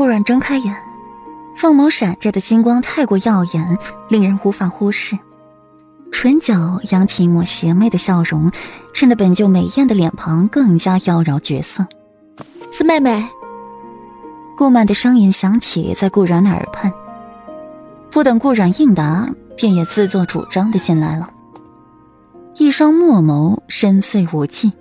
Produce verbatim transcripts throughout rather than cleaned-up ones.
顾然睁开眼，凤眸闪着的金光太过耀眼，令人无法忽视。唇角扬起一抹邪魅的笑容，衬得本就美艳的脸庞更加妖娆绝色。 四妹妹。 顾曼的声音响起在顾然的耳畔，不等顾然应答，便也自作主张地进来了，一双墨眸深邃无际。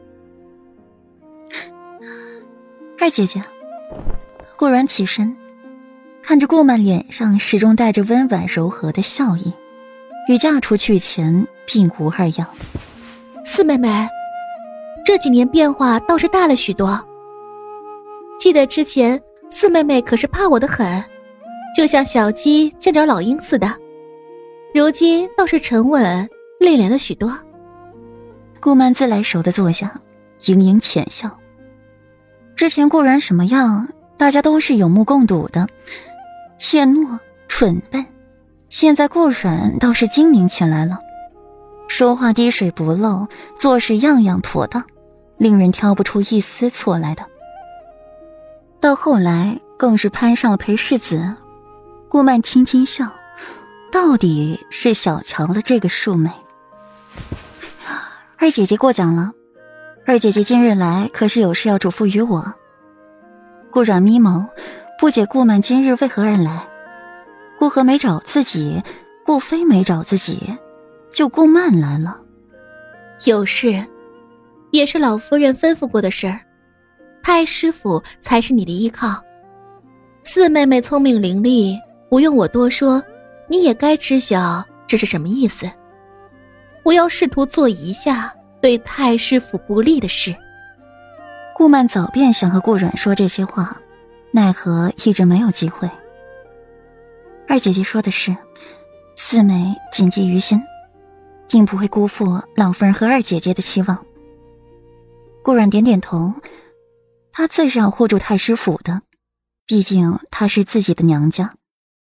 二姐姐。顾然起身，看着顾曼脸上始终带着温婉柔和的笑意，与嫁出去前并无二样。 四妹妹，这几年变化倒是大了许多。记得之前四妹妹可是怕我的很，就像小鸡见着老鹰似的，如今倒是沉稳内敛了许多。 顾曼自来熟地坐下，盈盈浅笑。之前顾然什么样，大家都是有目共睹的，怯懦蠢笨，现在顾然倒是精明起来了，说话滴水不漏，做事样样妥当，令人挑不出一丝错来的。到后来更是攀上了裴世子，顾曼轻轻笑，到底是小瞧了这个庶妹。二姐姐过奖了，二姐姐今日来可是有事要嘱咐于我。顾然眯眸，不解顾曼今日为何而来。顾河没找自己，顾飞没找自己，就顾曼来了。 有事，也是老夫人吩咐过的事儿。太师府才是你的依靠。四妹妹聪明伶俐，不用我多说，你也该知晓这是什么意思。我要试图做一下对太师府不利的事。 顾曼早便想和顾阮说这些话，奈何一直没有机会。二姐姐说的是，四妹谨记于心，定不会辜负老夫人和二姐姐的期望。顾阮点点头，她自是要护住太师府的，毕竟她是自己的娘家。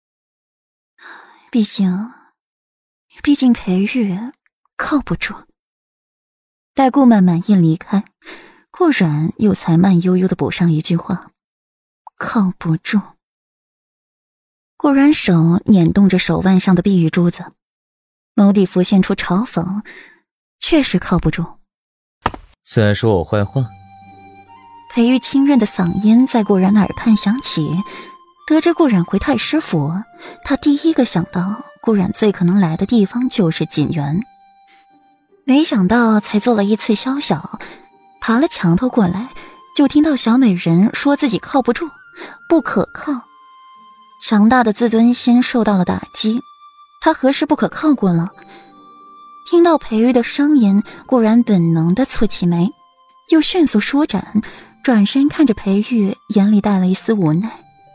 毕竟毕竟裴玉靠不住。待顾曼满意离开，顾阮又才慢悠悠地补上一句话，靠不住。顾阮手捻动着手腕上的碧玉珠子，眸底浮现出嘲讽，确实靠不住。 在说我坏话？ 裴玉清润的嗓音在顾阮耳畔响起。得知顾阮回太师府，他第一个想到顾阮最可能来的地方就是锦园。没想到才做了一次宵小，爬了墙头过来，就听到小美人说自己靠不住，不可靠。强大的自尊心受到了打击，他何时不可靠过了？听到裴玉的声音，顾然本能地蹙起眉，又迅速舒展，转身看着裴玉，眼里带了一丝无奈。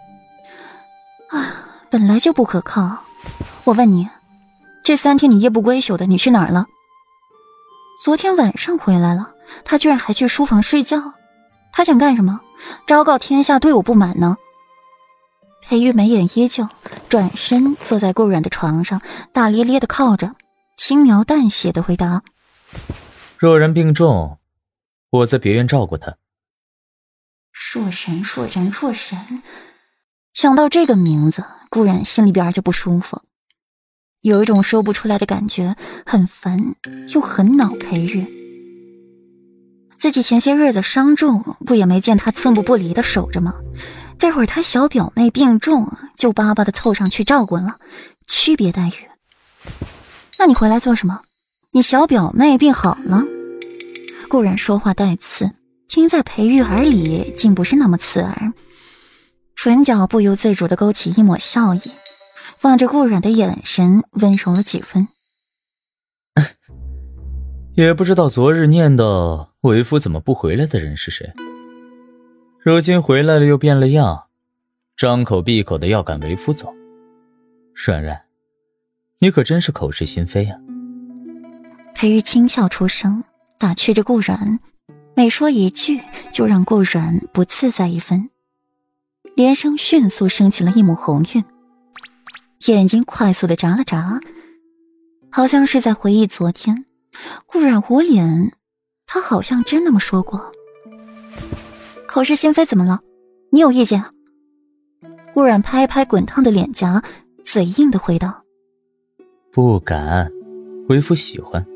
啊，本来就不可靠。我问你，这三天你夜不归宿的，你去哪儿了？昨天晚上回来了，他居然还去书房睡觉，他想干什么？昭告天下对我不满呢？裴玉眉眼依旧，转身坐在顾阮的床上，大咧咧的靠着，轻描淡写的回答： 若然病重，我在别院照顾他。 硕神硕然硕神，想到这个名字，顾阮心里边就不舒服，有一种说不出来的感觉，很烦又很恼裴玉。自己前些日子伤重，不也没见他寸步不离的守着吗？这会儿他小表妹病重，就巴巴的凑上去照顾了，区别待遇。那你回来做什么？你小表妹病好了？顾然说话带刺，听在裴玉耳里竟不是那么刺耳，唇角不由自主地勾起一抹笑意，望着顾然的眼神温柔了几分。 也不知道昨日念叨为夫怎么不回来的人是谁，如今回来了又变了样，张口闭口的要赶为夫走。冉冉，你可真是口是心非啊。 裴玉轻笑出声，打趣着顾然，每说一句就让顾然不自在一分，连声迅速升起了一抹红晕，眼睛快速地眨了眨，好像是在回忆昨天。顾然捂脸，他好像真那么说过。口是心非怎么了？你有意见啊？ 顾冉拍拍滚烫的脸颊，嘴硬的回道： 不敢，为夫喜欢。